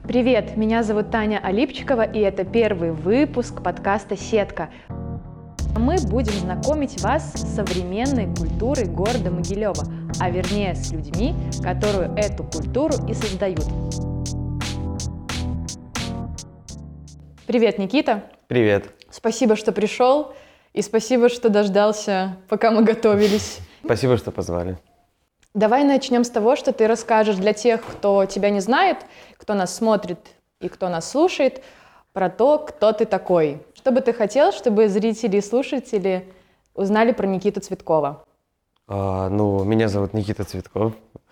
Привет, меня зовут Таня Алипчикова, и это первый выпуск подкаста «Сетка». Мы будем знакомить вас с современной культурой города Могилева, а вернее с людьми, которые эту культуру и создают. Привет, Никита. Привет. Спасибо, что пришел, и спасибо, что дождался, пока мы готовились. Спасибо, что позвали. Давай начнем с того, что ты расскажешь для тех, кто тебя не знает, кто нас смотрит и кто нас слушает, про то, кто ты такой. Что бы ты хотел, чтобы зрители и слушатели узнали про Никиту Цветкова? Меня зовут Никита Цветков.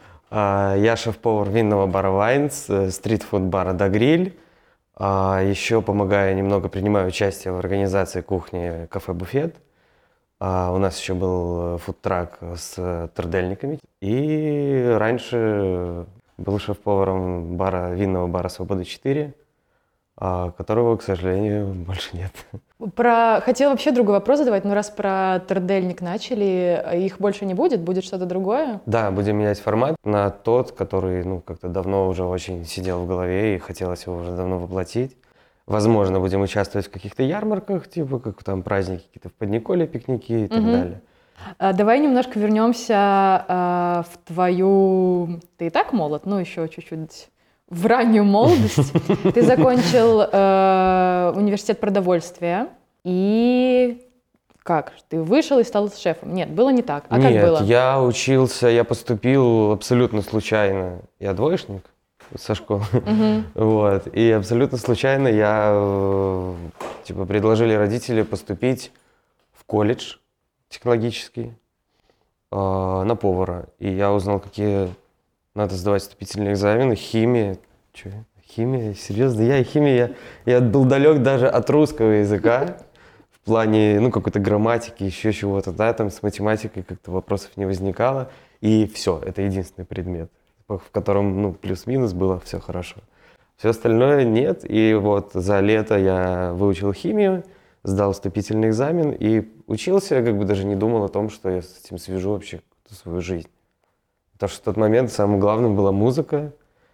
Я шеф-повар винного бара «Вайнс», стрит-фуд-бара «Да Гриль». Еще помогаю, немного принимаю участие в организации кухни «Кафе-буфет». У нас еще был фудтрак с трудельниками. И раньше был шеф-поваром винного бара «Свобода-4», которого, к сожалению, больше нет. Хотела вообще другой вопрос задавать, но раз про трудельник начали, их больше не будет? Будет что-то другое? Да, будем менять формат на тот, который как-то давно уже очень сидел в голове и хотелось его уже давно воплотить. Возможно, будем участвовать в каких-то ярмарках, типа как там праздники какие-то в Подниколе, пикники и так далее. Давай немножко вернемся в твою... Ты и так молод, еще чуть-чуть в раннюю молодость. Ты закончил университет продовольствия и... Как? Ты вышел и стал шефом? Нет, было не так. А Нет, как было? я поступил абсолютно случайно. Я двоечник со школы. Вот. И абсолютно случайно предложили родители поступить в колледж технологический на повара. И я узнал, какие надо сдавать вступительные экзамены. Химия. Химия? Серьезно? Я был далек даже от русского языка. В плане, какой-то грамматики, еще чего-то, да, там с математикой как-то вопросов не возникало. И все, это единственный предмет, в котором, плюс-минус было все хорошо. Все остальное нет. И вот за лето я выучил химию, сдал вступительный экзамен и учился, даже не думал о том, что я с этим свяжу вообще свою жизнь. Потому что в тот момент самым главным была музыка,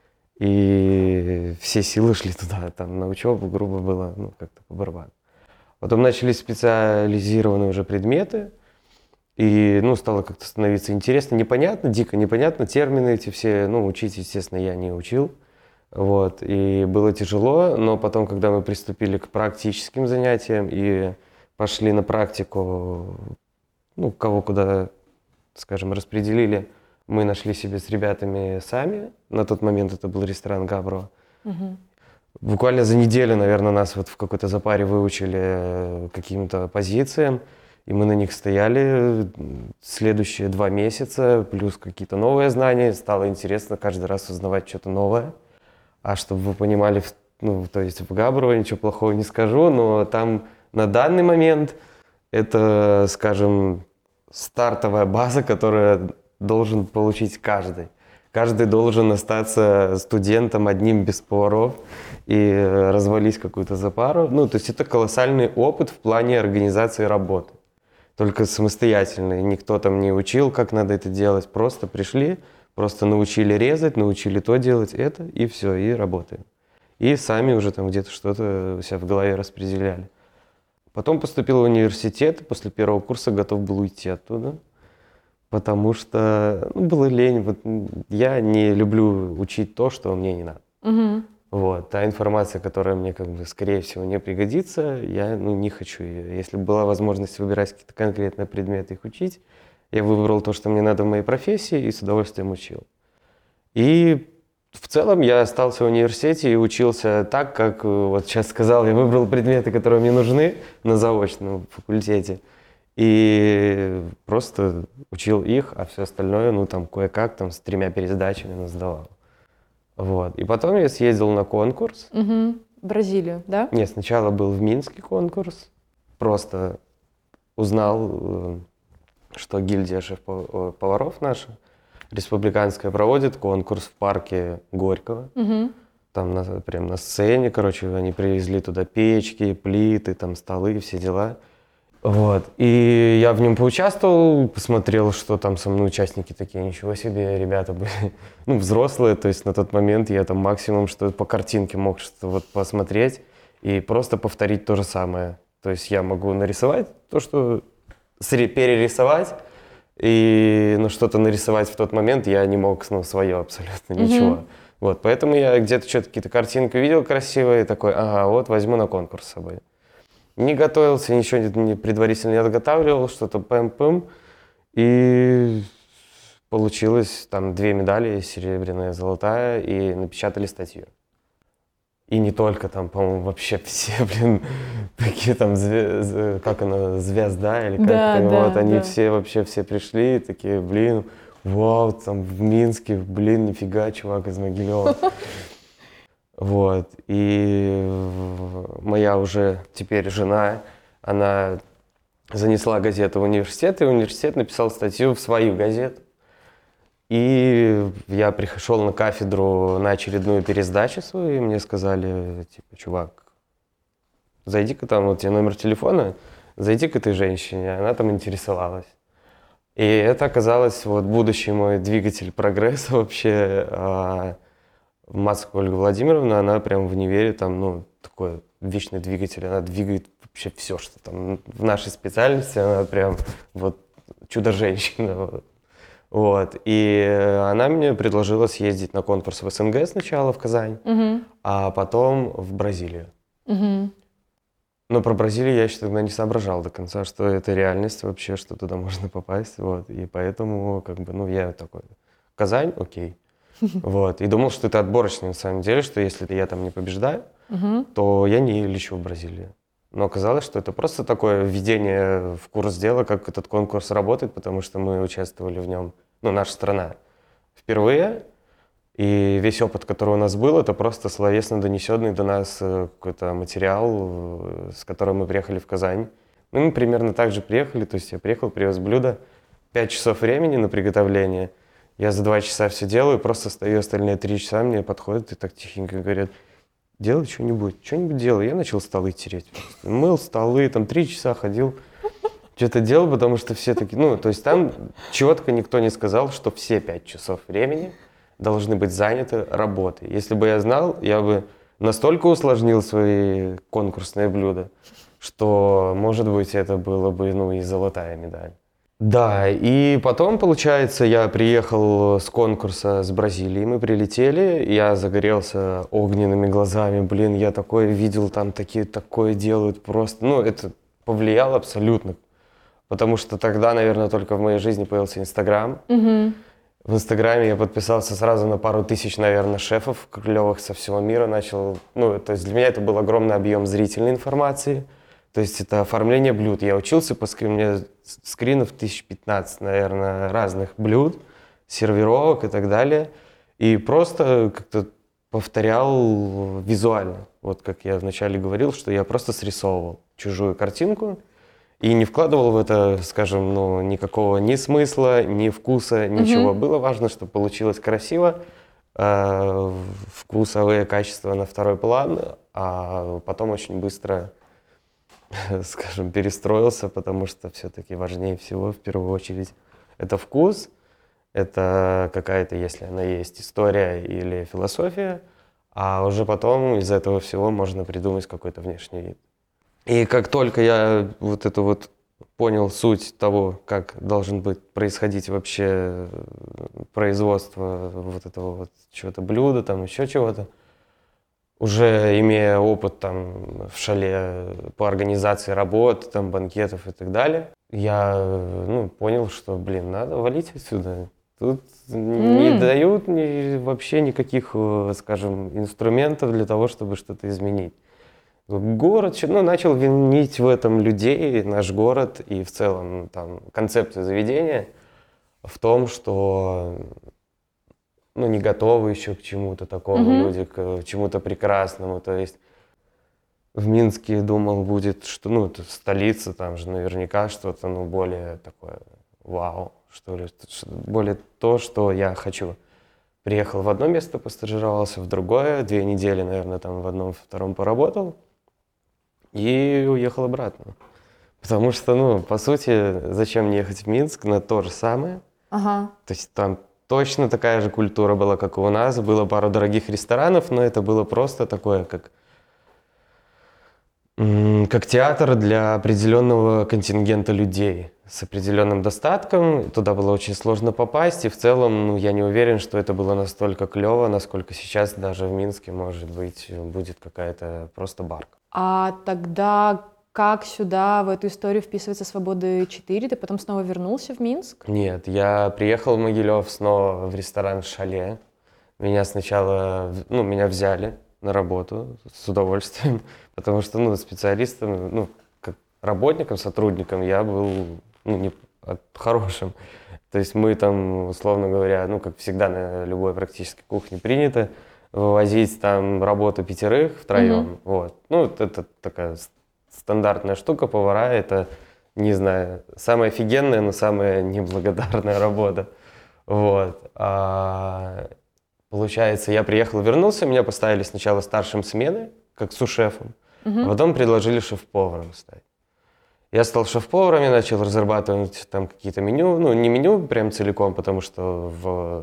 и все силы шли туда, там на учебу грубо было, как-то по барабану. Потом начались специализированные уже предметы, и, стало как-то становиться интересно, непонятно, дико непонятно, термины эти все, учить, естественно, я не учил, вот, и было тяжело, но потом, когда мы приступили к практическим занятиям и пошли на практику, кого куда, скажем, распределили, мы нашли себе с ребятами сами, на тот момент это был ресторан «Габро». Буквально за неделю, наверное, нас в какой-то запаре выучили каким-то позициям, и мы на них стояли следующие 2 месяца, плюс какие-то новые знания. Стало интересно каждый раз узнавать что-то новое. А чтобы вы понимали, то есть в Габрово ничего плохого не скажу, но там на данный момент это, скажем, стартовая база, которую должен получить каждый. Каждый должен остаться студентом одним без поваров и развалить какую-то запару. То есть это колоссальный опыт в плане организации работы. Только самостоятельно. Никто там не учил, как надо это делать. Просто пришли, просто научили резать, научили то делать, это, и все, и работаем. И сами уже там где-то что-то у себя в голове распределяли. Потом поступил в университет, после первого курса готов был уйти оттуда. Потому что было лень. Я не люблю учить то, что мне не надо. Вот. Та информация, которая мне, скорее всего, не пригодится, я не хочу ее. Если бы была возможность выбирать какие-то конкретные предметы и их учить, я выбрал то, что мне надо в моей профессии, и с удовольствием учил. И в целом я остался в университете и учился так, как вот сейчас сказал, я выбрал предметы, которые мне нужны на заочном факультете. И просто учил их, а все остальное, кое-как, с 3 пересдачами сдавал. Вот. И потом я съездил на конкурс. В Бразилию, да? Нет, сначала был в Минске конкурс. Просто узнал, что гильдия шеф-поваров наша, республиканская, проводит конкурс в парке Горького. Там прям на сцене, они привезли туда печки, плиты, столы, все дела. Вот. И я в нем поучаствовал, посмотрел, что там со мной участники такие, ничего себе, ребята были, ну, взрослые, то есть на тот момент я там максимум, что по картинке мог что-то вот посмотреть и просто повторить то же самое. То есть я могу нарисовать то, что перерисовать, но что-то нарисовать в тот момент я не мог, ну, свое абсолютно ничего. Вот, поэтому я где-то что-то какие-то картинки видел красивые, такой, ага, вот возьму на конкурс с собой. Не готовился, ничего предварительно не отготавливал, что-то пэм-пэм. И получилось там 2 медали, серебряная, золотая, и напечатали статью. И не только там, по-моему, вообще все, блин, такие там, как она, звезда или как Да, вот, да, они да. все вообще все пришли, такие, блин, вау, там в Минске, блин, нифига, чувак из Могилева. Вот, и моя уже теперь жена, она занесла газету в университет, и университет написал статью в свою газету. И я пришел на кафедру на очередную пересдачу свою, и мне сказали, типа, чувак, зайди-ка там, вот тебе номер телефона, зайди к этой женщине, она там интересовалась. И это оказалось вот будущий мой двигатель прогресса вообще. Мацкова Ольга Владимировна, она прям в универе там, ну, такой вечный двигатель, она двигает вообще все, что там в нашей специальности, она прям вот чудо-женщина. Вот. И она мне предложила съездить на конкурс в СНГ сначала в Казань, а потом в Бразилию. Но про Бразилию я еще тогда не соображал до конца, что это реальность вообще, что туда можно попасть. Вот. И поэтому, как бы, ну, я такой, Казань, окей. Вот. И думал, что это отборочный на самом деле, что если я там не побеждаю, то я не лечу в Бразилию. Но оказалось, что это просто такое введение в курс дела, как этот конкурс работает, потому что мы участвовали в нем, ну, наша страна, впервые. И весь опыт, который у нас был, это просто словесно донесенный до нас какой-то материал, с которым мы приехали в Казань. Ну, мы примерно так же приехали, то есть я приехал, привез блюдо, 5 часов времени на приготовление. Я за 2 часа все делаю, просто стою, остальные 3 часа мне подходят и так тихенько говорят, делай что-нибудь делай. Я начал столы тереть. Мыл столы, там 3 часа ходил, что-то делал, потому что все такие, ну, то есть там четко никто не сказал, что все 5 часов времени должны быть заняты работой. Если бы я знал, я бы настолько усложнил свои конкурсные блюда, что, может быть, это было бы, ну, и золотая медаль. Да, и потом, получается, я приехал с конкурса с Бразилии, мы прилетели, я загорелся огненными глазами, блин, я такое видел, там такое делают просто, ну, это повлияло абсолютно, потому что тогда, наверное, только в моей жизни появился Инстаграм. В Инстаграме я подписался сразу на пару тысяч, наверное, шефов клевых со всего мира, начал, ну, то есть для меня это был огромный объем зрительной информации. То есть это оформление блюд. Я учился по скрину, у меня скринов 1015, наверное, разных блюд, сервировок и так далее. И просто как-то повторял визуально. Вот как я вначале говорил, что я просто срисовывал чужую картинку и не вкладывал в это, скажем, ну, никакого ни смысла, ни вкуса, ничего. Было важно, чтобы получилось красиво, вкусовые качества на второй план, а потом очень быстро, скажем, перестроился, потому что все-таки важнее всего, в первую очередь, это вкус, это какая-то, если она есть, история или философия, а уже потом из этого всего можно придумать какой-то внешний вид. И как только я вот это вот понял суть того, как должен быть происходить вообще производство вот этого вот чего-то блюда, там еще чего-то, уже имея опыт там в шале по организации работ, там банкетов и так далее, я, ну, понял, что, блин, надо валить отсюда. Тут не дают вообще никаких, скажем, инструментов для того, чтобы что-то изменить. Город, ну, начал винить в этом людей, наш город и в целом там концепцию заведения в том, что, ну, не готовы еще к чему-то такому люди, к чему-то прекрасному. То есть в Минске думал будет, что, ну, это столица, там же наверняка что-то, ну, более такое вау, что ли, более то, что я хочу. Приехал в одно место, постажировался в другое, 2 недели, наверное, там в одном, втором поработал и уехал обратно. Потому что, ну, по сути, зачем мне ехать в Минск на то же самое? Ага. То есть там точно такая же культура была, как и у нас. Было пару дорогих ресторанов, но это было просто такое, как театр для определенного контингента людей с определенным достатком. Туда было очень сложно попасть, и в целом, ну, я не уверен, что это было настолько клево, насколько сейчас даже в Минске, может быть, будет какая-то просто барка. А тогда как сюда, в эту историю вписывается «Свобода-4»? Ты потом снова вернулся в Минск? Нет, я приехал в Могилев снова в ресторан «Шале». Меня сначала, ну, меня взяли на работу с удовольствием, потому что, ну, специалистом, ну, как работником, сотрудником я был, ну, не хорошим. То есть мы там, условно говоря, ну, как всегда на любой практически кухне принято, вывозить там работу 5 втроем. Вот. Ну, это такая стандартная штука. Повара — это, не знаю, самая офигенная, но самая неблагодарная работа. Вот. Получается, я приехал, вернулся, меня поставили сначала старшим смены, как су-шефом, а потом предложили шеф-поваром стать. Я стал шеф-поваром, я начал разрабатывать там какие-то меню, ну, не меню прям целиком, потому что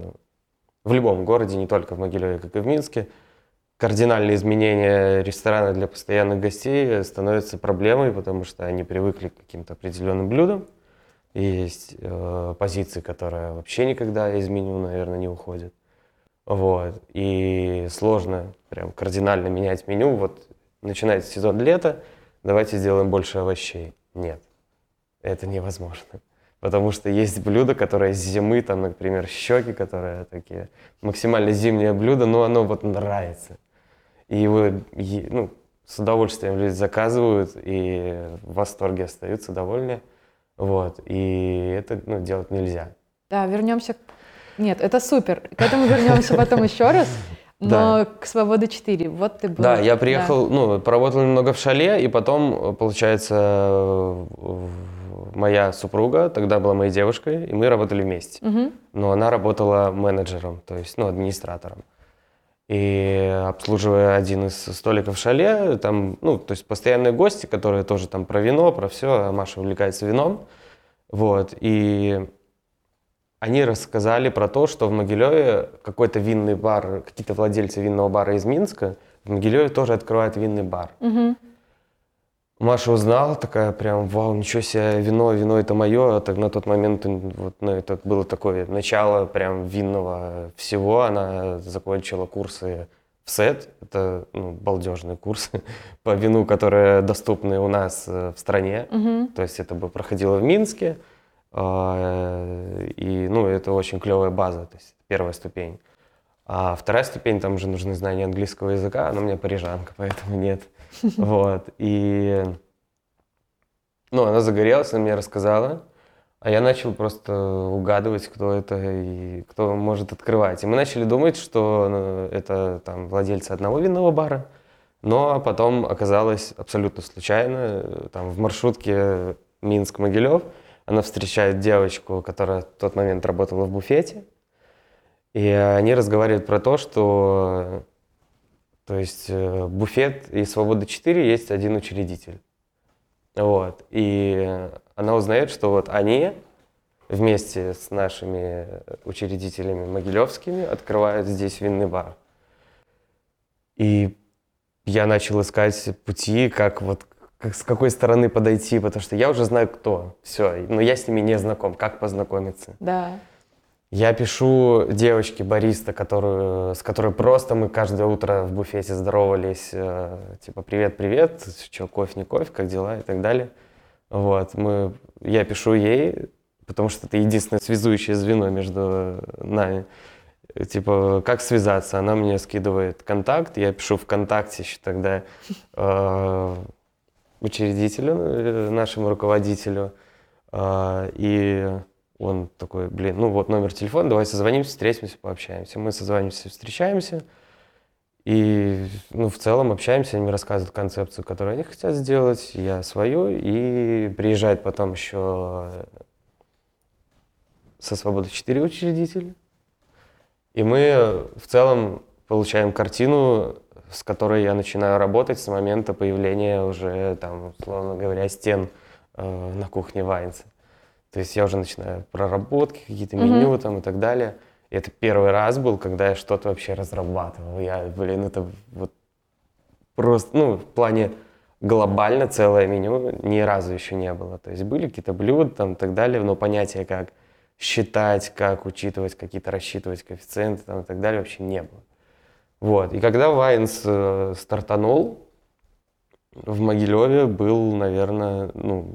в любом городе, не только в Могилеве, как и в Минске, кардинальные изменения ресторана для постоянных гостей становятся проблемой, потому что они привыкли к каким-то определенным блюдам. И есть позиции, которые вообще никогда из меню, наверное, не уходят. Вот. И сложно прям кардинально менять меню. Вот начинается сезон лета, давайте сделаем больше овощей. Нет, это невозможно. Потому что есть блюда, которые с зимы, там, например, щеки, которые такие максимально зимнее блюдо, но оно вот нравится. И его, ну, с удовольствием люди заказывают и в восторге остаются довольны. Вот. И это, ну, делать нельзя. Да, вернемся. Нет, это супер. К этому вернемся потом еще раз. Но Да. к «Свободе-4». Вот ты был. Да, я приехал, ну, поработал немного в Шале, и потом, получается, моя супруга тогда была моей девушкой, и мы работали вместе. Но она работала менеджером, то есть, ну, администратором. И обслуживая один из столиков в Шале, там, ну, то есть постоянные гости, которые тоже там про вино, про все, а Маша увлекается вином. Вот, и они рассказали про то, что в Могилеве какой-то винный бар, какие-то владельцы винного бара из Минска в Могилеве тоже открывают винный бар. Маша узнала, такая прям, вау, ничего себе, вино это мое. А так на тот момент вот, ну, это было такое начало прям винного всего. Она закончила курсы в СЭТ, это, ну, балдежные курсы по вину, которые доступны у нас в стране. То есть это бы проходило в Минске. И, ну, это очень клевая база, то есть первая ступень. А вторая ступень, там уже нужны знания английского языка, она у меня парижанка, поэтому нет. Вот. И, ну, она загорелась, она мне рассказала, а я начал просто угадывать, кто это и кто может открывать. И мы начали думать, что, ну, это там владельцы одного винного бара, но потом оказалось абсолютно случайно, там в маршрутке Минск-Могилев она встречает девочку, которая в тот момент работала в буфете, и они разговаривают про то, что, то есть, буфет и «Свобода-4» есть один учредитель. Вот. И она узнает, что вот они вместе с нашими учредителями могилевскими открывают здесь винный бар. И я начал искать пути, как вот, с какой стороны подойти, потому что я уже знаю, кто. Все, но я с ними не знаком. Как познакомиться? Да. Я пишу девочке бариста, с которой просто мы каждое утро в буфете здоровались, типа привет, что, кофе, не кофе, как дела и так далее. Вот, я пишу ей, потому что это единственное связующее звено между нами. Типа, как связаться? Она мне скидывает контакт, я пишу ВКонтакте еще тогда учредителю, нашему руководителю, и он такой, блин, ну вот номер телефона, давай созвонимся, встретимся, пообщаемся. Мы созвонимся, встречаемся, и, ну, в целом общаемся, они мне рассказывают концепцию, которую они хотят сделать, я свою, и приезжает потом еще со «Свободы-4» учредитель. И мы в целом получаем картину, с которой я начинаю работать с момента появления уже, там, условно говоря, стен на кухне Вайнса. То есть я уже начинаю проработки, какие-то меню там и так далее. И это первый раз был, когда я что-то вообще разрабатывал. Это вот просто, в плане глобально целое меню ни разу еще не было. То есть были какие-то блюда там и так далее, но понятия, как считать, как учитывать, какие-то рассчитывать коэффициенты там и так далее вообще не было. Вот. И когда Вайнс стартанул, в Могилеве был, наверное,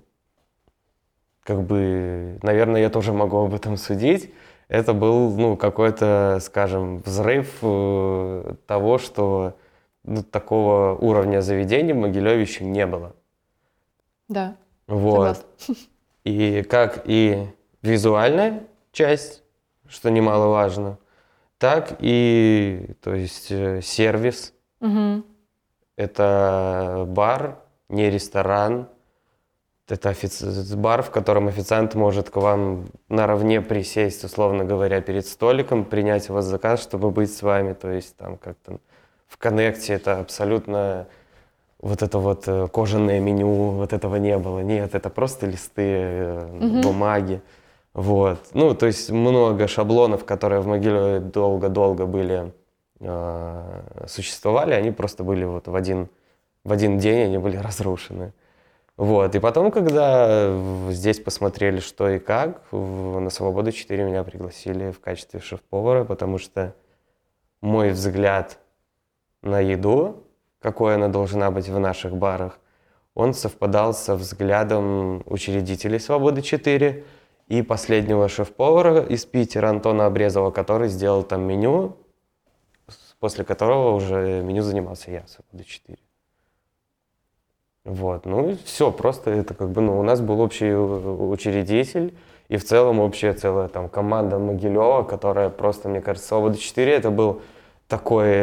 наверное, я тоже могу об этом судить. Это был, какой-то, скажем, взрыв того, что такого уровня заведений в Могилеве еще не было. Да, вот. Согласна. И как и визуальная часть, что немаловажно, так и, то есть, сервис. Это бар, не ресторан. Это бар, в котором официант может к вам наравне присесть, условно говоря, перед столиком, принять у вас заказ, чтобы быть с вами. То есть там как-то в коннекте это абсолютно вот это вот кожаное меню, вот этого не было. Нет, это просто листы бумаги. Вот. То есть много шаблонов, которые в Могилеве долго-долго были, существовали, они просто были вот в один день, они были разрушены. Вот. И потом, когда здесь посмотрели, что и как, на Свободу 4 меня пригласили в качестве шеф-повара, потому что мой взгляд на еду, какой она должна быть в наших барах, он совпадал со взглядом учредителей Свободы 4 и последнего шеф-повара из Питера Антона Обрезова, который сделал там меню, после которого уже меню занимался я, Свобода 4. Вот, все, просто это у нас был общий учредитель и в целом общая целая там команда Могилева, которая просто, мне кажется, Свобода 4 это был такой,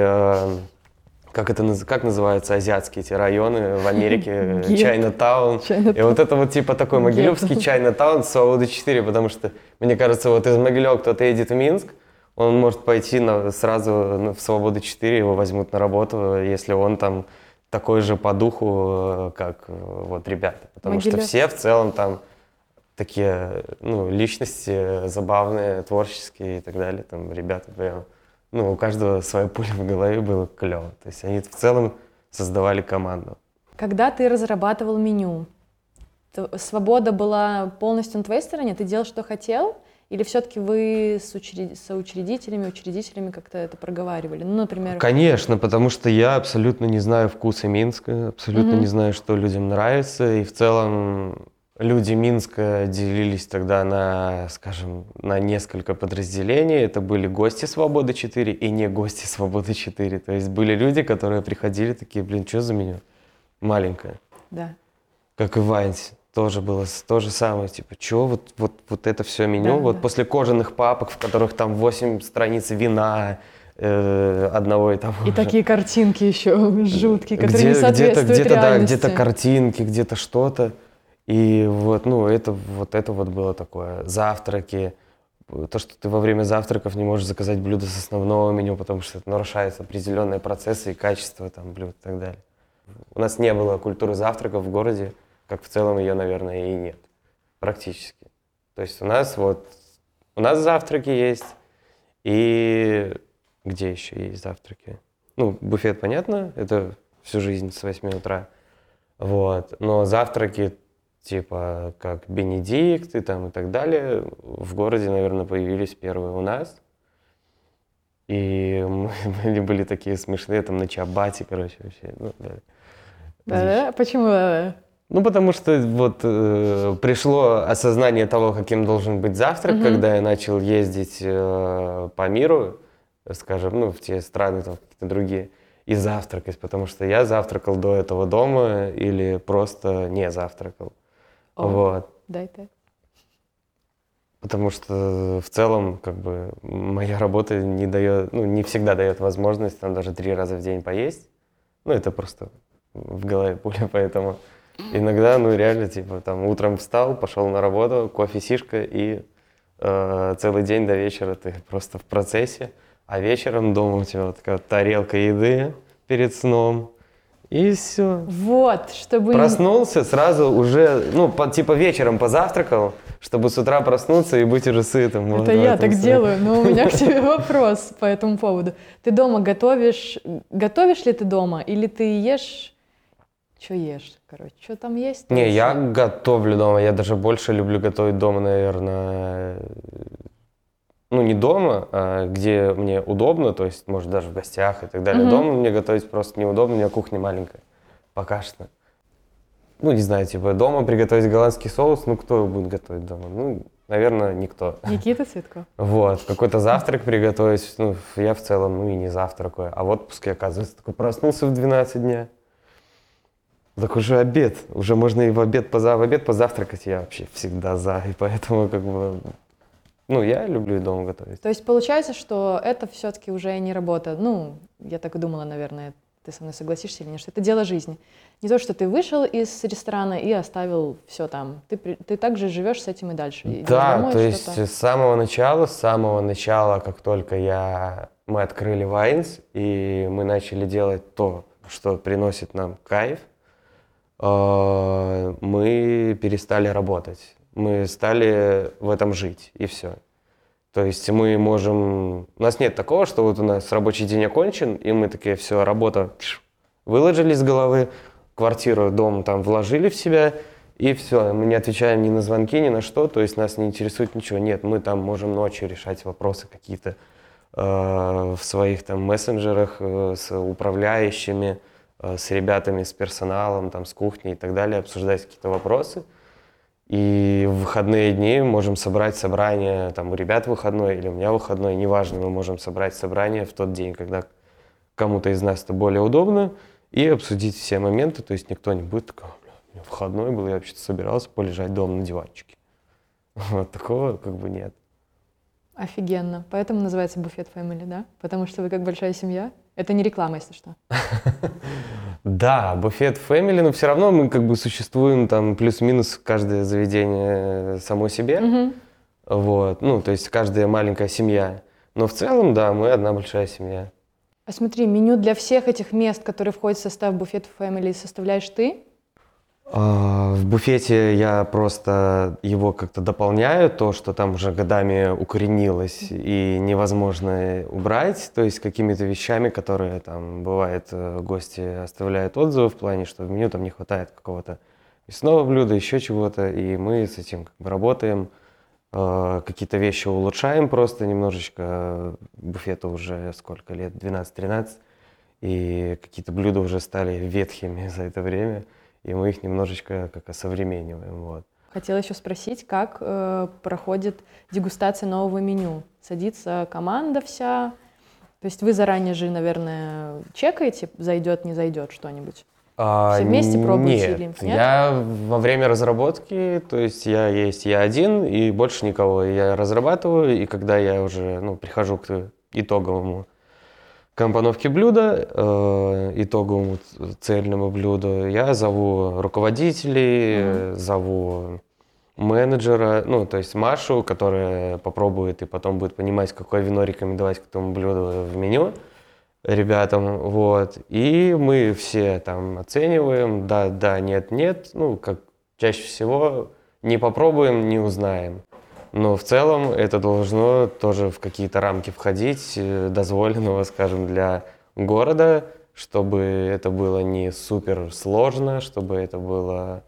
как называются азиатские эти районы в Америке, Чайна-таун. И вот это вот типа такой могилевский Чайна-таун Свобода 4, потому что, мне кажется, вот из Могилева кто-то едет в Минск, он может пойти сразу в Свободу 4, его возьмут на работу, если он там такой же по духу, как вот ребята. Потому что все в целом там такие, личности забавные, творческие и так далее. Там ребята прям, у каждого своя пуля в голове, было клево. То есть они в целом создавали команду. Когда ты разрабатывал меню, свобода была полностью на твоей стороне? Ты делал, что хотел? Или все-таки вы с учредителями как-то это проговаривали? Например... Конечно, потому что я абсолютно не знаю вкуса Минска, абсолютно не знаю, что людям нравится. И в целом люди Минска делились тогда на, скажем, на несколько подразделений. Это были гости Свободы 4 и не гости Свободы 4. То есть были люди, которые приходили такие, что за меню? Маленькое. Да. Как и в Вайнсе. Тоже было то же самое, типа, вот это все меню, да. После кожаных папок, в которых там 8 страниц вина одного и того же. И такие картинки еще жуткие, которые не соответствуют реальности. Где-то картинки, где-то что-то. И это было такое. Завтраки. То, что ты во время завтраков не можешь заказать блюдо с основного меню, потому что это нарушает определенные процессы и качество там блюд и так далее. У нас не было культуры завтраков в городе, как в целом ее, наверное, и нет. Практически. То есть у нас завтраки есть, и где еще есть завтраки? Буфет, понятно, это всю жизнь с 8 утра. Вот. Но завтраки, типа, как Бенедикт и так далее, в городе, наверное, появились первые у нас. И мы были такие смешные, там, на чабате, короче, вообще. Да? Почему? Потому что пришло осознание того, каким должен быть завтрак, когда я начал ездить по миру, скажем, в те страны, там, какие-то другие, и завтракать, потому что я завтракал до этого дома или просто не завтракал. Вот. Дай ты. Потому что в целом, моя работа не всегда дает возможность там даже 3 раза в день поесть. Это просто в голове пуля, поэтому... Иногда, реально, типа, там, утром встал, пошел на работу, кофе, сишка, и целый день до вечера ты просто в процессе, а вечером дома у тебя такая тарелка еды перед сном, И все. Вот, чтобы... Проснулся сразу уже, типа вечером позавтракал, чтобы с утра проснуться и быть уже сытым. Это вот я так смысле. делаю, но у меня к тебе вопрос по этому поводу. Ты дома готовишь ли ты дома, или ты ешь, что ешь, короче, что там есть? Не, я готовлю дома, я даже больше люблю готовить дома, наверное, не дома, а где мне удобно, то есть, может, даже в гостях и так далее. Дома мне готовить просто неудобно, у меня кухня маленькая, пока что. Не знаю, типа, дома приготовить голландский соус, кто его будет готовить дома? Наверное, никто. Никита Цветков. Вот, какой-то завтрак приготовить, я в целом, и не завтракаю. А в отпуске, оказывается, такой проснулся в 12 дня. Так уже обед, уже можно и в обед позавтракать, я вообще всегда за, и поэтому я люблю и дома готовить. То есть получается, что это все-таки уже не работа. Я так и думала, наверное, ты со мной согласишься или нет, что это дело жизни. Не то, что ты вышел из ресторана и оставил все там. Ты также живешь с этим и дальше. Да, домой, то есть с самого начала, как только мы открыли Вайнс, и мы начали делать то, что приносит нам кайф, мы перестали работать. Мы стали в этом жить, и все. То есть мы можем... У нас нет такого, что вот у нас рабочий день окончен, и мы такие, все, работа, выложили с головы, квартиру, дом там вложили в себя, и все. Мы не отвечаем ни на звонки, ни на что, то есть нас не интересует ничего. Нет, мы там можем ночью решать вопросы какие-то в своих там мессенджерах с управляющими, с ребятами, с персоналом, там, с кухней и так далее, обсуждать какие-то вопросы. И в выходные дни можем собрать собрание, там у ребят выходной или у меня выходной, неважно, мы можем собрать собрание в тот день, когда кому-то из нас это более удобно, и обсудить все моменты, то есть никто не будет такого, у меня выходной был, я вообще-то собирался полежать дома на диванчике. Вот такого нет. Офигенно. Поэтому называется Buffet Family, да? Потому что вы как большая семья. Это не реклама, если что. Да, Buffet Family, но все равно мы существуем там плюс-минус каждое заведение само себе. Вот, то есть каждая маленькая семья. Но в целом, да, мы одна большая семья. А смотри, меню для всех этих мест, которые входят в состав Buffet Family, составляешь ты? В буфете я просто его как-то дополняю, то, что там уже годами укоренилось и невозможно убрать, то есть какими-то вещами, которые там, бывает, гости оставляют отзывы в плане, что в меню там не хватает какого-то мясного блюда, еще чего-то, и мы с этим работаем, какие-то вещи улучшаем просто немножечко, буфету уже сколько лет, 12-13, и какие-то блюда уже стали ветхими за это время. И мы их немножечко как осовремениваем. Вот. Хотела еще спросить, как проходит дегустация нового меню? Садится команда вся? То есть вы заранее же, наверное, чекаете, зайдет, не зайдет что-нибудь? Все вместе пробуете или нет? Я во время разработки, то есть я один и больше никого. Я разрабатываю, и когда я уже прихожу к итоговому компоновки блюда, итоговому цельному блюду, я зову руководителей, зову менеджера, то есть Машу, которая попробует и потом будет понимать, какое вино рекомендовать к этому блюду в меню ребятам, вот. И мы все там оцениваем, да, нет, как чаще всего не попробуем, не узнаем. Но в целом это должно тоже в какие-то рамки входить, дозволенного, скажем, для города, чтобы это было не супер сложно, чтобы это было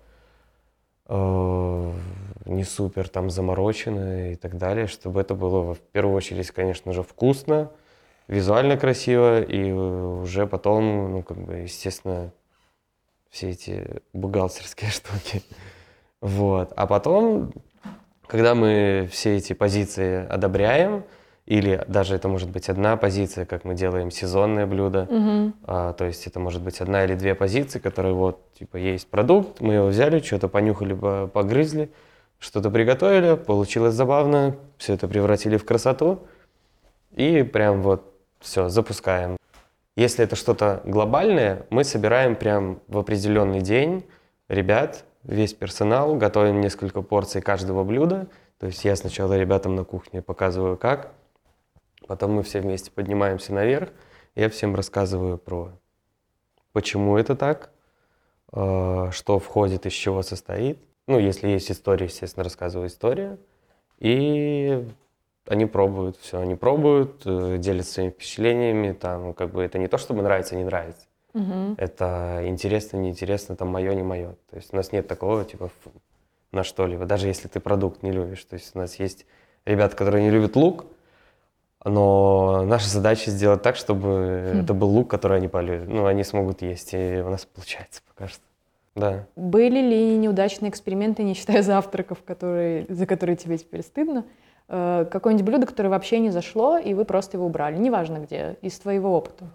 не супер там заморочено и так далее, чтобы это было в первую очередь, конечно же, вкусно, визуально красиво, и уже потом, естественно, все эти бухгалтерские штуки. Вот. А потом, когда мы все эти позиции одобряем, или даже это может быть одна позиция, как мы делаем сезонное блюдо, то есть это может быть одна или две позиции, которые есть продукт, мы его взяли, что-то понюхали, погрызли, что-то приготовили, получилось забавно, все это превратили в красоту, и прям все, запускаем. Если это что-то глобальное, мы собираем прям в определенный день ребят, весь персонал, готовим несколько порций каждого блюда. То есть я сначала ребятам на кухне показываю как, потом мы все вместе поднимаемся наверх, я всем рассказываю про почему это так, что входит, из чего состоит. Ну, если есть история, естественно, рассказываю историю. И они пробуют все, они пробуют, делятся своими впечатлениями. Там, как бы, это не то, чтобы нравится, не нравится. Это интересно, неинтересно, там, мое, не мое. То есть у нас нет такого, типа, на что-либо, даже если ты продукт не любишь. То есть у нас есть ребята, которые не любят лук, но наша задача сделать так, чтобы это был лук, который они полюбят. Ну, они смогут есть, и у нас получается пока что. Да. Были ли неудачные эксперименты, не считая завтраков, за которые тебе теперь стыдно? Какое-нибудь блюдо, которое вообще не зашло, и вы просто его убрали, неважно где, из твоего опыта?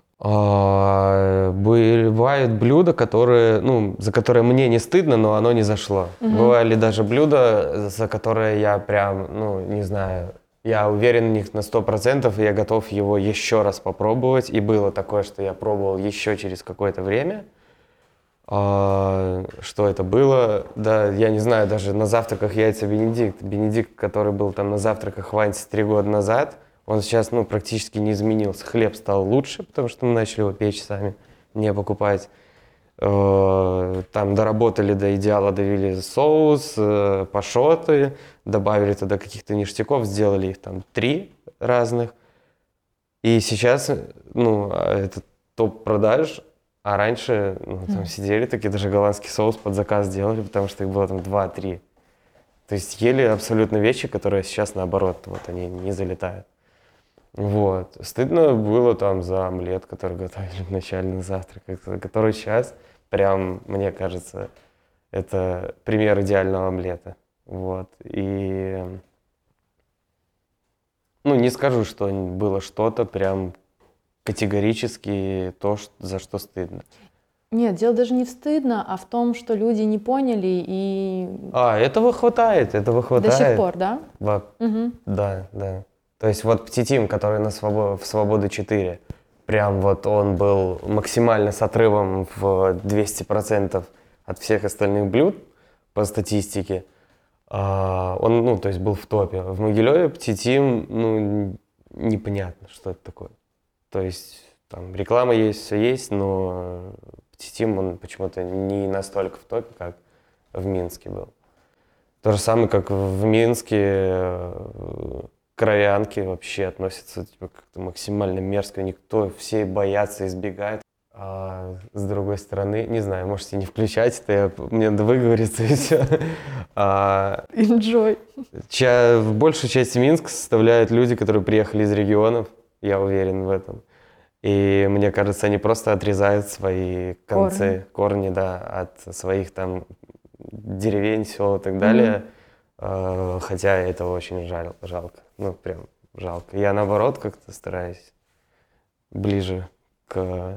Бывают блюда, за которые мне не стыдно, но оно не зашло. Бывали даже блюда, за которые я прям, не знаю, я уверен в них на 100%, и я готов его еще раз попробовать. И было такое, что я пробовал еще через какое-то время. Что это было? Да, я не знаю, даже на завтраках яйца Бенедикт. Бенедикт, который был там на завтраках в Ансе 3 года назад, он сейчас, практически не изменился. Хлеб стал лучше, потому что мы начали его печь сами, не покупать. Там доработали до идеала, довели соус, пашоты, добавили туда каких-то ништяков, сделали их там 3 разных. И сейчас, это топ продаж, а раньше там сидели такие, даже голландский соус под заказ делали, потому что их было там 2-3. То есть ели абсолютно вещи, которые сейчас наоборот, они не залетают. Вот. Стыдно было там за омлет, который готовили в начальный завтрак, который сейчас, прям, мне кажется, это пример идеального омлета. Вот. И, не скажу, что было что-то прям категорически то, за что стыдно. Нет, дело даже не в стыдно, а в том, что люди не поняли и... Этого хватает. До сих пор, да? Да. То есть вот Птитим, который в Свободу 4, прям вот он был максимально с отрывом в 200% от всех остальных блюд по статистике. Он, то есть был в топе. В Могилеве Птитим, непонятно, что это такое. То есть там реклама есть, все есть, но Птитим, он почему-то не настолько в топе, как в Минске был. То же самое, как в Минске кровянки вообще относятся как-то максимально мерзко. Все боятся, избегают. А с другой стороны, не знаю, можете не включать это, мне надо выговориться и все. Enjoy. В большей части Минска составляют люди, которые приехали из регионов, я уверен в этом. И мне кажется, они просто отрезают свои корни, да, от своих там деревень, сел и так далее. Хотя этого очень жалко. Прям жалко. Я наоборот как-то стараюсь ближе к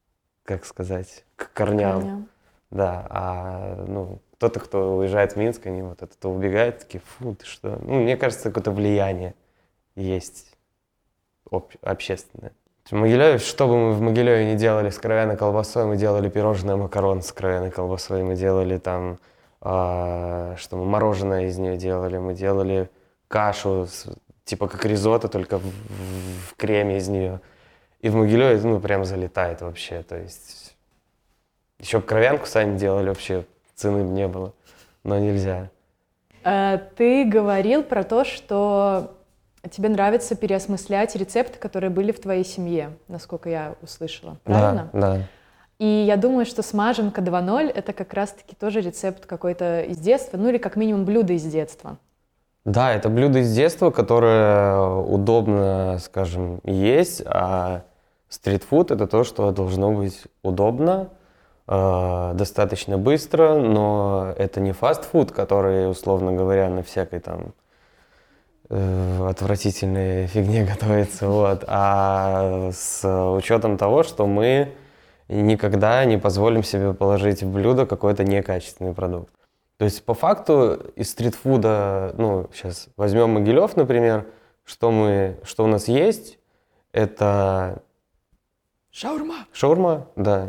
корням. Да, кто-то, кто уезжает в Минск, они вот это убегают, такие, фу, ты что? Мне кажется, какое-то влияние есть общественное. В Могилеве, что бы мы в Могилеве не делали с кровяной колбасой, мы делали пирожное макарон с кровяной колбасой, мы делали там, что мы мороженое из нее делали, мы делали кашу, типа как ризотто, только в креме из нее. И в Могилеве, прям залетает вообще, то есть еще кровянку сами делали, вообще цены бы не было, но нельзя. Ты говорил про то, что тебе нравится переосмыслять рецепты, которые были в твоей семье, насколько я услышала, правильно? Да. И я думаю, что смаженка 2.0 — это как раз-таки тоже рецепт какой-то из детства, или как минимум блюдо из детства. Да, это блюдо из детства, которое удобно, скажем, есть, а стритфуд — это то, что должно быть удобно, достаточно быстро, но это не фастфуд, который, условно говоря, на всякой там отвратительной фигне готовится, а с учетом того, что мы никогда не позволим себе положить в блюдо какой-то некачественный продукт. То есть по факту из стритфуда, сейчас возьмем Могилев, например, что у нас есть, это Шаурма, да.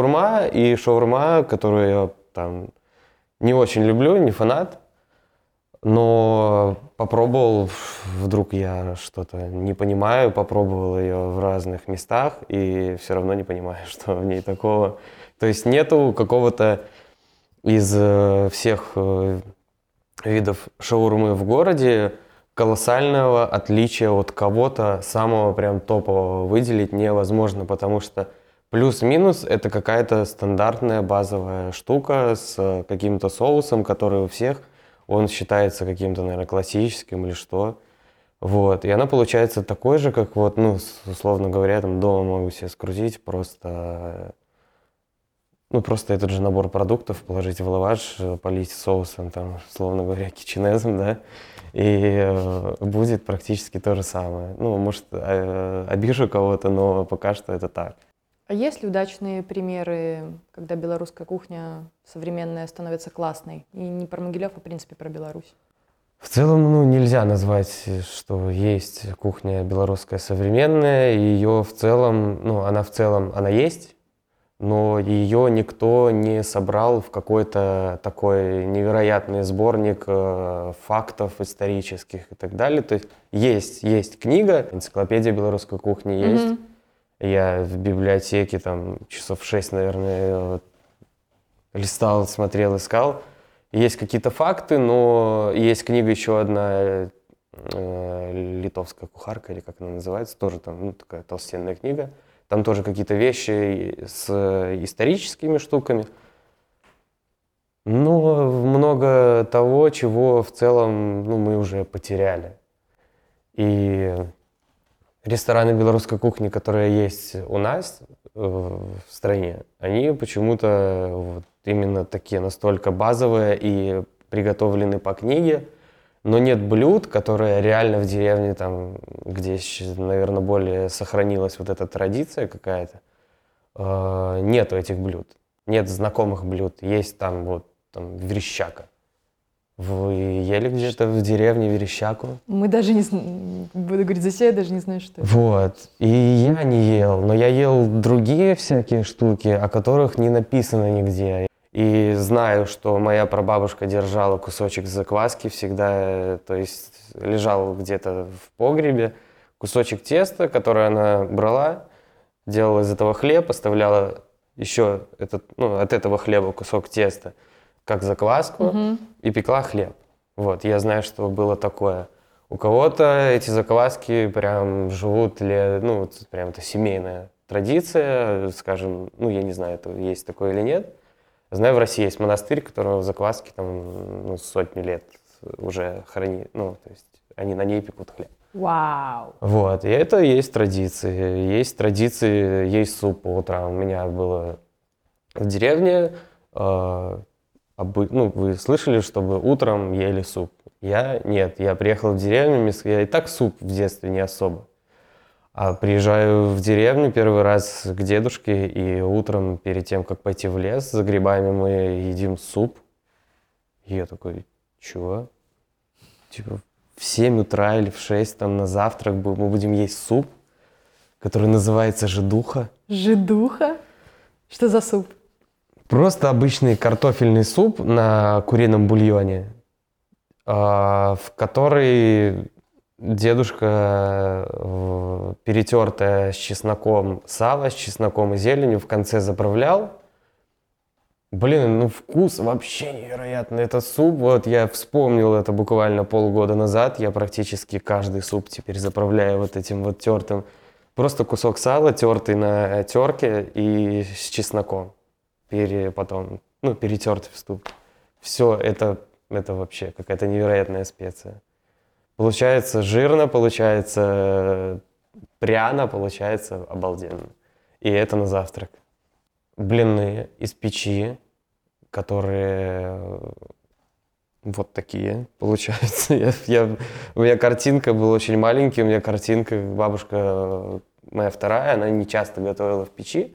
Шаурма, которую я там не очень люблю, не фанат. Но попробовал, вдруг я что-то не понимаю, попробовал ее в разных местах и все равно не понимаю, что в ней такого. То есть нету какого-то из всех видов шаурмы в городе колоссального отличия от кого-то самого прям топового выделить невозможно, потому что плюс-минус это какая-то стандартная базовая штука с каким-то соусом, который у всех, он считается каким-то, наверное, классическим или что. Вот. И она получается такой же, как вот, ну, условно говоря, там дома могу себе скрутить, просто, ну, просто этот же набор продуктов положить в лаваш, полить соусом, там, условно говоря, киченезом, да, и будет практически то же самое. Ну, может, обижу кого-то, но пока что это так. А есть ли удачные примеры, когда белорусская кухня современная становится классной? И не про Могилев, а в принципе про Беларусь. В целом, ну, нельзя назвать, что есть кухня белорусская современная, и ее в целом, ну, она есть, но ее никто не собрал в какой-то такой невероятный сборник фактов исторических и так далее. То есть есть книга, энциклопедия белорусской кухни есть. Я в библиотеке там часов 6, наверное, листал, смотрел, искал. Есть какие-то факты, но есть книга еще одна, «Литовская кухарка», или как она называется, тоже там, ну, такая толстенная книга. Там тоже какие-то вещи с историческими штуками. Но много того, чего в целом, ну, мы уже потеряли. И рестораны белорусской кухни, которые есть у нас в стране, они почему-то вот именно такие настолько базовые и приготовлены по книге, но нет блюд, которые реально в деревне, там, где, наверное, более сохранилась вот эта традиция какая-то, нету этих блюд, нет знакомых блюд, есть там вот там верещака. Вы ели где-то в деревне верещаку? Мы даже не буду говорить за себя, я даже не знаю, что это. Вот. И я не ел, но я ел другие всякие штуки, о которых не написано нигде. И знаю, что моя прабабушка держала кусочек закваски всегда, то есть лежал где-то в погребе кусочек теста, который она брала, делала из этого хлеб, оставляла еще от этого хлеба кусок теста, как закваску, и пекла хлеб. Вот, я знаю, что было такое. У кого-то эти закваски прям живут, прям это семейная традиция, скажем, я не знаю, это есть такое или нет. Знаю, в России есть монастырь, которого закваски там, сотни лет уже хранит, то есть они на ней пекут хлеб. Вау! Вот, и это есть традиции. Есть традиции, есть суп по утрам. У меня было в деревне, вы слышали, чтобы утром ели суп? Нет, я приехал в деревню, я и так суп в детстве не особо. А приезжаю в деревню первый раз к дедушке, и утром, перед тем, как пойти в лес за грибами, мы едим суп. И я такой, чего? Типа в 7 утра или в 6 там на завтрак мы будем есть суп, который называется жидуха. Жидуха? Что за суп? Просто обычный картофельный суп на курином бульоне, в который дедушка перетертое с чесноком сало, с чесноком и зеленью в конце заправлял. Блин, вкус вообще невероятный. Это суп, вот я вспомнил это буквально полгода назад. Я практически каждый суп теперь заправляю вот этим вот тертым. Просто кусок сала, тертый на терке и с чесноком. Потом перетертый в суп. Все, это вообще какая-то невероятная специя. Получается жирно, получается пряно, получается обалденно. И это на завтрак. Блины из печи, которые вот такие получаются. У меня картинка была очень маленькая, у меня картинка, бабушка моя вторая, она не часто готовила в печи.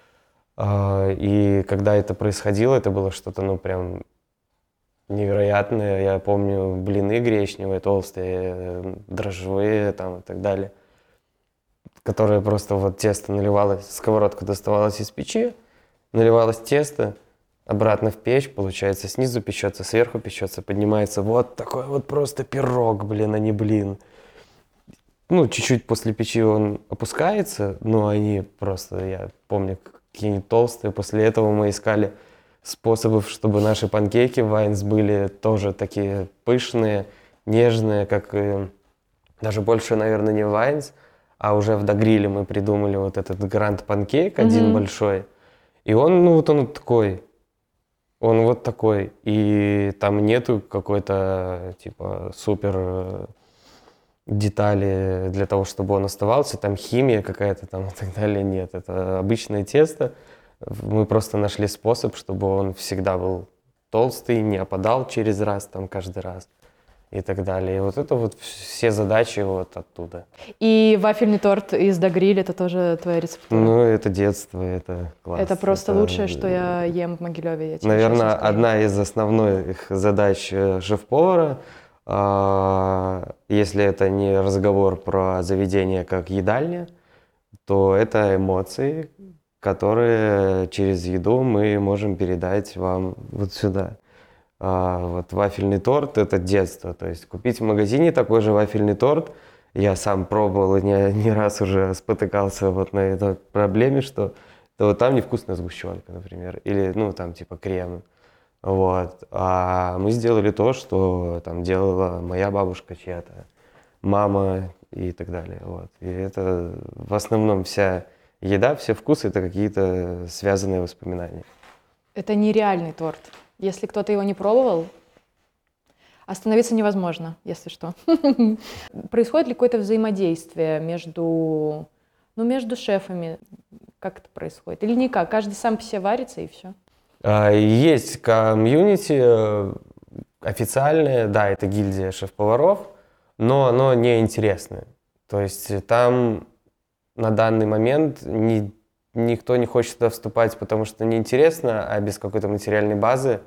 И когда это происходило, это было что-то, прям невероятное. Я помню блины гречневые, толстые, дрожжевые там и так далее, которые просто вот тесто наливалось, сковородка доставалась из печи, наливалось тесто, обратно в печь, получается, снизу печется, сверху печется, поднимается вот такой вот просто пирог, блин, а не блин. Ну, чуть-чуть после печи он опускается, но они просто, я помню, какие-нибудь толстые. После этого мы искали способов, чтобы наши панкейки Вайнс были тоже такие пышные, нежные, как и даже больше, наверное, не Вайнс, а уже в Догриле мы придумали вот этот гранд панкейк один большой. И он, ну вот он такой, он вот такой. И там нету какой-то типа супер детали для того, чтобы он оставался, там химия какая-то там и так далее, нет. Это обычное тесто. Мы просто нашли способ, чтобы он всегда был толстый, не опадал через раз, там каждый раз и так далее. И вот это вот все задачи вот оттуда. И вафельный торт из Догриль — это тоже твоя рецептура? Ну, это детство, это класс. Это просто лучшее, что я ем в Могилеве. Я тебе наверное, честно скажу. одна из основных задач шеф-повара. Если это не разговор про заведение как едальня, то это эмоции, которые через еду мы можем передать вам вот сюда. Вот вафельный торт — это детство. То есть купить в магазине такой же вафельный торт, я сам пробовал и не раз уже спотыкался вот на этой проблеме, что вот там невкусная сгущенка, например, или ну там типа крем. Вот. А мы сделали то, что там делала моя бабушка чья-то, мама и так далее. Вот. И это в основном вся еда, все вкусы — это какие-то связанные воспоминания. Это нереальный торт. Если кто-то его не пробовал, остановиться невозможно, если что. Происходит ли какое-то взаимодействие между шефами? Как это происходит? Или никак? Каждый сам по себе варится и все? Есть комьюнити официальное, да, это гильдия шеф-поваров, но оно неинтересное. То есть там на данный момент никто не хочет туда вступать, потому что неинтересно, а без какой-то материальной базы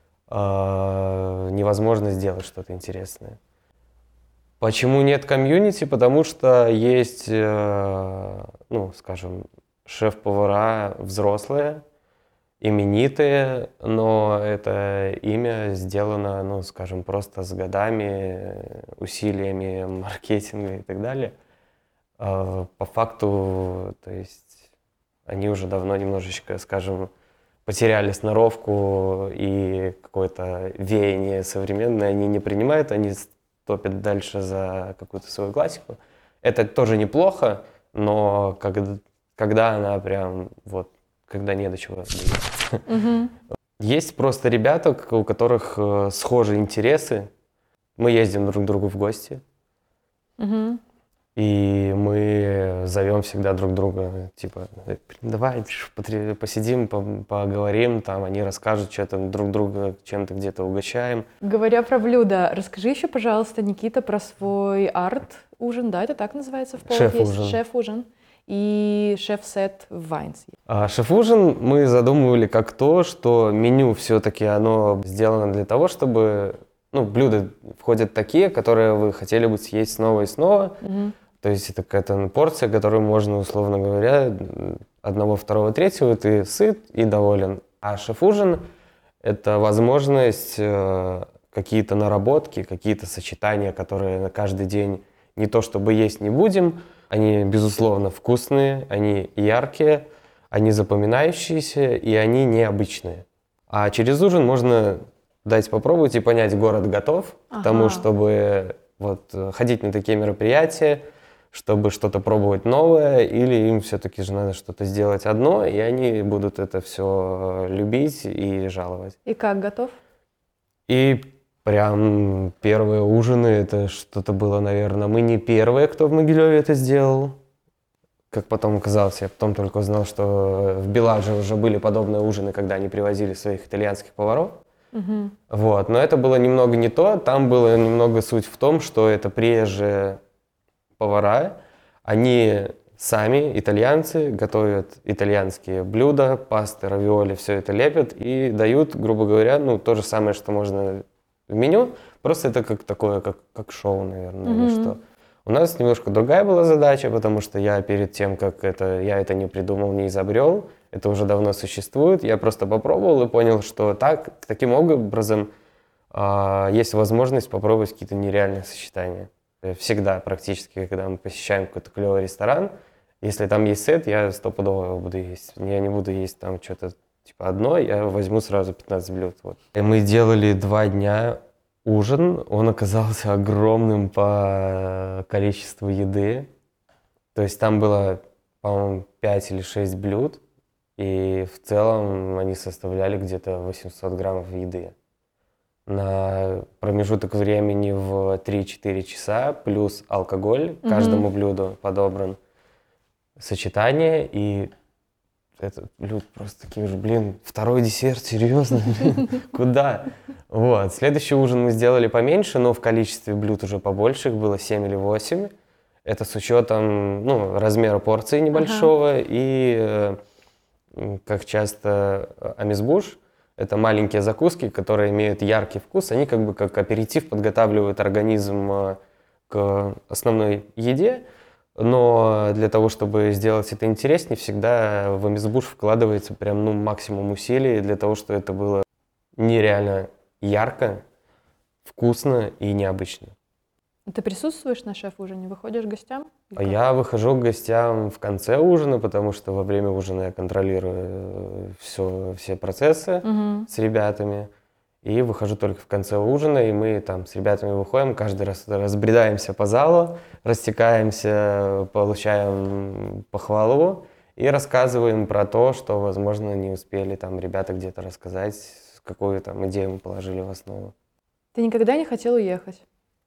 невозможно сделать что-то интересное. Почему нет комьюнити? Потому что есть, ну, скажем, шеф-повара взрослые, именитые, но это имя сделано, ну, скажем, просто с годами, усилиями маркетинга и так далее. По факту, то есть они уже давно немножечко, скажем, потеряли сноровку и какое-то веяние современное они не принимают, они топят дальше за какую-то свою классику. Это тоже неплохо, но когда она прям вот когда не до чего. Есть просто ребята, у которых схожие интересы. Мы ездим друг к другу в гости. И мы зовем всегда друг друга, типа, давай посидим, поговорим, там они расскажут что-то друг друга, чем-то где-то угощаем. Говоря про блюда, расскажи еще, пожалуйста, Никита, про свой арт-ужин, да, это так называется в Полах? Шеф-ужин. Шеф-ужин. И шеф-сет в Вайнс. Шеф-ужин мы задумывали как то, что меню все-таки оно сделано для того, чтобы, ну, блюда входят такие, которые вы хотели бы съесть снова и снова. То есть это какая-то порция, которую можно, условно говоря, одного, второго, третьего, ты сыт и доволен. А шеф-ужин — это возможность какие-то наработки, какие-то сочетания, которые на каждый день не то чтобы есть не будем. Они, безусловно, вкусные, они яркие, они запоминающиеся и они необычные. А через ужин можно дать попробовать и понять, город готов к тому, чтобы вот ходить на такие мероприятия, чтобы что-то пробовать новое, или им все-таки же надо что-то сделать одно, и они будут это все любить и жаловать. И как, готов? И прям первые ужины, это что-то было, наверное, мы не первые, кто в Могилеве это сделал. Как потом оказалось, я потом только узнал, что в Беладже уже были подобные ужины, когда они привозили своих итальянских поваров. Вот. Но это было немного не то, там было немного суть в том, что это приезжие повара, они сами, итальянцы, готовят итальянские блюда, пасты, равиоли, все это лепят и дают, грубо говоря, ну, то же самое, что можно в меню, просто это как такое, как шоу, наверное, или что. У нас немножко другая была задача, потому что я перед тем, как я это не придумал, не изобрел, это уже давно существует. Я просто попробовал и понял, что таким образом есть возможность попробовать какие-то нереальные сочетания. Всегда практически, когда мы посещаем какой-то клевый ресторан, если там есть сет, я стопудово его буду есть. Я не буду есть там что-то типа одно, я возьму сразу 15 блюд. Вот. И мы делали 2 дня ужин, он оказался огромным по количеству еды. То есть там было, по-моему, 5 или 6 блюд, и в целом они составляли где-то 800 граммов еды. На промежуток времени в 3-4 часа, плюс алкоголь, каждому блюду подобран, сочетание, и этот блюд просто такие же, второй десерт, серьезно? Куда? Вот. Следующий ужин мы сделали поменьше, но в количестве блюд уже побольше, их было 7 или 8. Это с учетом размера порции небольшого и, как часто, амес-буш. Это маленькие закуски, которые имеют яркий вкус. Они как бы как аперитив подготавливают организм к основной еде. Но для того, чтобы сделать это интереснее, всегда в амес-буш вкладывается прям максимум усилий для того, чтобы это было нереально ярко, вкусно и необычно. Ты присутствуешь на шеф-ужине? Выходишь к гостям? Я выхожу к гостям в конце ужина, потому что во время ужина я контролирую все процессы с ребятами. И выхожу только в конце ужина, и мы там с ребятами выходим, каждый раз разбредаемся по залу, растекаемся, получаем похвалу и рассказываем про то, что, возможно, не успели там ребята где-то рассказать, какую там идею мы положили в основу. Ты никогда не хотел уехать?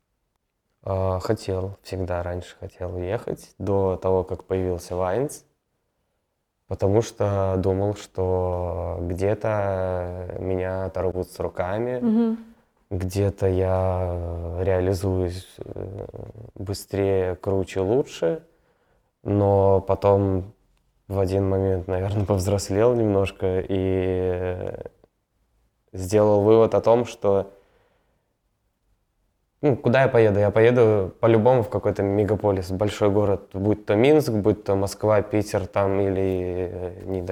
Хотел, всегда раньше хотел уехать, до того, как появился Вайнс, потому что думал, что где-то меня оторвут с руками, где-то я реализуюсь быстрее, круче, лучше, но потом в один момент, наверное, повзрослел немножко и сделал вывод о том, что куда я поеду? Я поеду по-любому в какой-то мегаполис, большой город, будь то Минск, будь то Москва, Питер там или не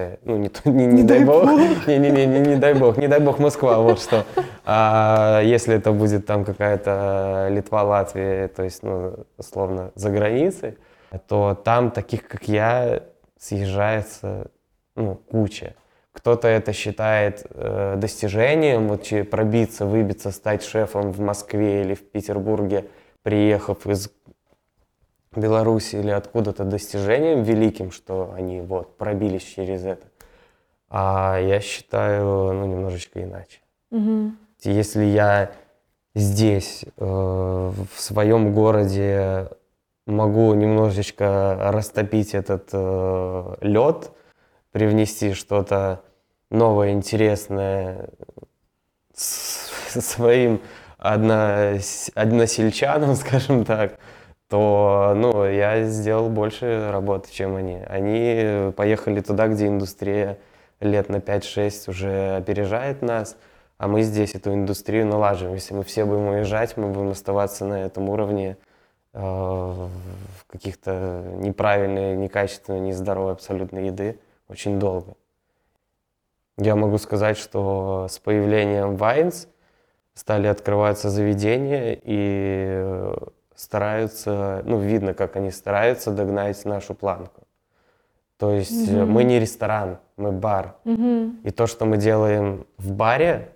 дай бог Москва, вот что. А если это будет там какая-то Литва, Латвия, то есть, условно, за границей, то там таких, как я, съезжается, куча. Кто-то это считает достижением, пробиться, выбиться, стать шефом в Москве или в Петербурге, приехав из Беларуси или откуда-то, достижением великим, что они пробились через это. А я считаю, немножечко иначе. Если я здесь, в своем городе, могу немножечко растопить этот лед, привнести что-то новое, интересное своим односельчанам, скажем так, то я сделал больше работы, чем они. Они поехали туда, где индустрия лет на 5-6 уже опережает нас, а мы здесь эту индустрию налаживаем. Если мы все будем уезжать, мы будем оставаться на этом уровне в каких-то неправильной, некачественной, нездоровой абсолютно еды очень долго. Я могу сказать, что с появлением Вайнс стали открываться заведения и стараются, видно, как они стараются догнать нашу планку. То есть мы не ресторан, мы бар. И то, что мы делаем в баре,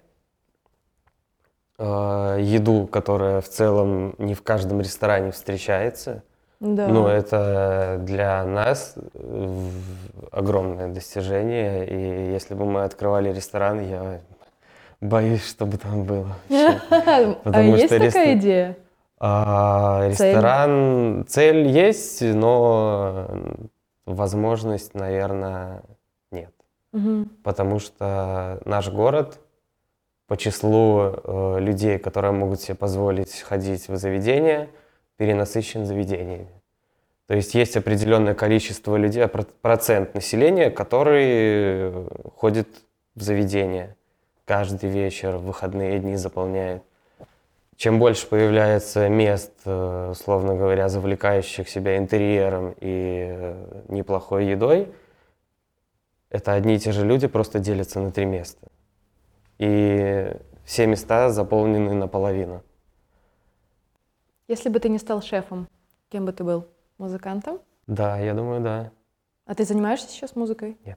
еду, которая в целом не в каждом ресторане встречается, это для нас огромное достижение. И если бы мы открывали ресторан, я боюсь, чтобы там было. А есть такая идея? Ресторан, цель есть, но возможность, наверное, нет. Потому что наш город по числу людей, которые могут себе позволить ходить в заведения, перенасыщен заведениями. То есть определенное количество людей, процент населения, который ходит в заведения каждый вечер, в выходные дни заполняет. Чем больше появляется мест, условно говоря, завлекающих себя интерьером и неплохой едой, это одни и те же люди просто делятся на 3 места. И все места заполнены наполовину. Если бы ты не стал шефом, кем бы ты был? Музыкантом? Да, я думаю, да. А ты занимаешься сейчас музыкой? Нет.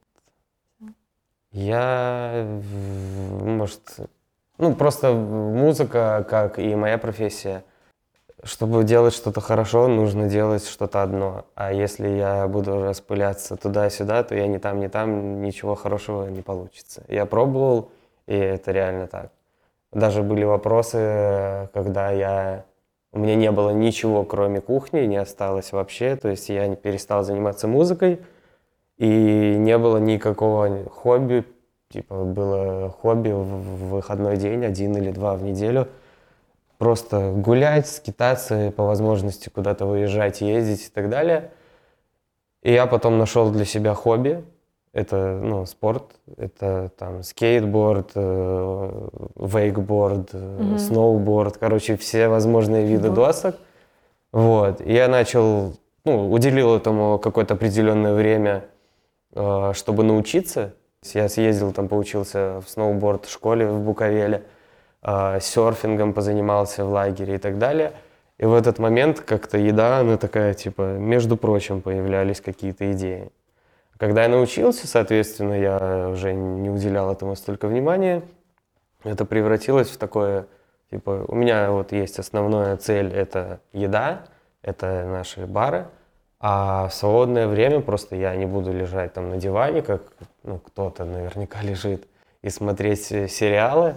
Может, просто музыка, как и моя профессия. Чтобы делать что-то хорошо, нужно делать что-то одно. А если я буду распыляться туда-сюда, то я ни там, ни там, ничего хорошего не получится. Я пробовал, и это реально так. Даже были вопросы, когда у меня не было ничего, кроме кухни, не осталось вообще. То есть я перестал заниматься музыкой, и не было никакого хобби. Типа было хобби в выходной день, 1 или 2 в неделю. Просто гулять, скитаться, по возможности куда-то выезжать, ездить и так далее. И я потом нашел для себя хобби. Это, спорт. Это там скейтборд, вейкборд, сноуборд. Короче, все возможные виды досок. Вот. И я начал, уделил этому какое-то определенное время, чтобы научиться. Я съездил, там поучился в сноуборд-школе в Буковеле. Серфингом позанимался в лагере и так далее. И в этот момент как-то еда, она такая, типа, между прочим, появлялись какие-то идеи. Когда я научился, соответственно, я уже не уделял этому столько внимания. Это превратилось в такое, типа, у меня вот есть основная цель – это еда, это наши бары. А в свободное время просто я не буду лежать там на диване, как кто-то наверняка лежит, и смотреть сериалы.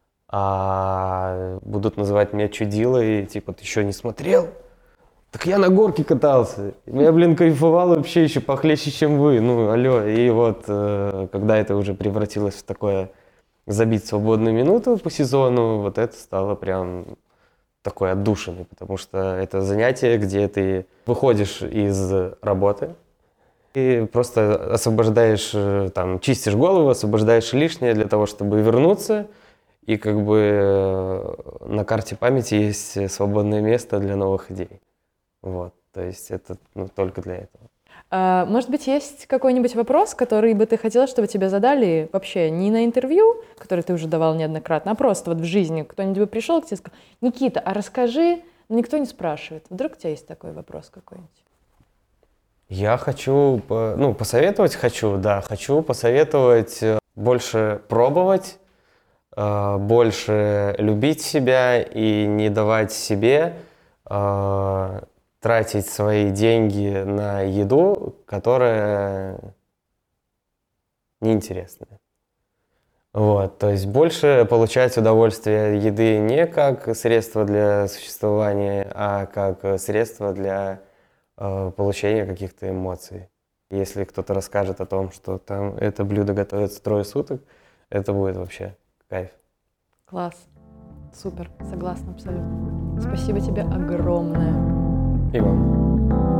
А будут называть меня чудилой, типа, ты что, не смотрел? Так я на горке катался. Я, кайфовал вообще еще похлеще, чем вы. Алло. И вот, когда это уже превратилось в такое забить свободную минуту по сезону, вот это стало прям такой отдушиной, потому что это занятие, где ты выходишь из работы и просто освобождаешь, чистишь голову, освобождаешь лишнее для того, чтобы вернуться. И как бы на карте памяти есть свободное место для новых идей. Вот, то есть это только для этого. Может быть, есть какой-нибудь вопрос, который бы ты хотела, чтобы тебе задали вообще не на интервью, который ты уже давал неоднократно, а просто вот в жизни. Кто-нибудь бы пришел к тебе и сказал: Никита, а расскажи, но никто не спрашивает. Вдруг у тебя есть такой вопрос какой-нибудь? Я хочу, посоветовать хочу посоветовать больше пробовать, больше любить себя и не давать себе тратить свои деньги на еду, которая неинтересная. Вот, то есть больше получать удовольствие еды не как средство для существования, а как средство для получения каких-то эмоций. Если кто-то расскажет о том, что там это блюдо готовится 3 суток, это будет вообще кайф. Класс. Супер. Согласна абсолютно. Спасибо тебе огромное. И вам.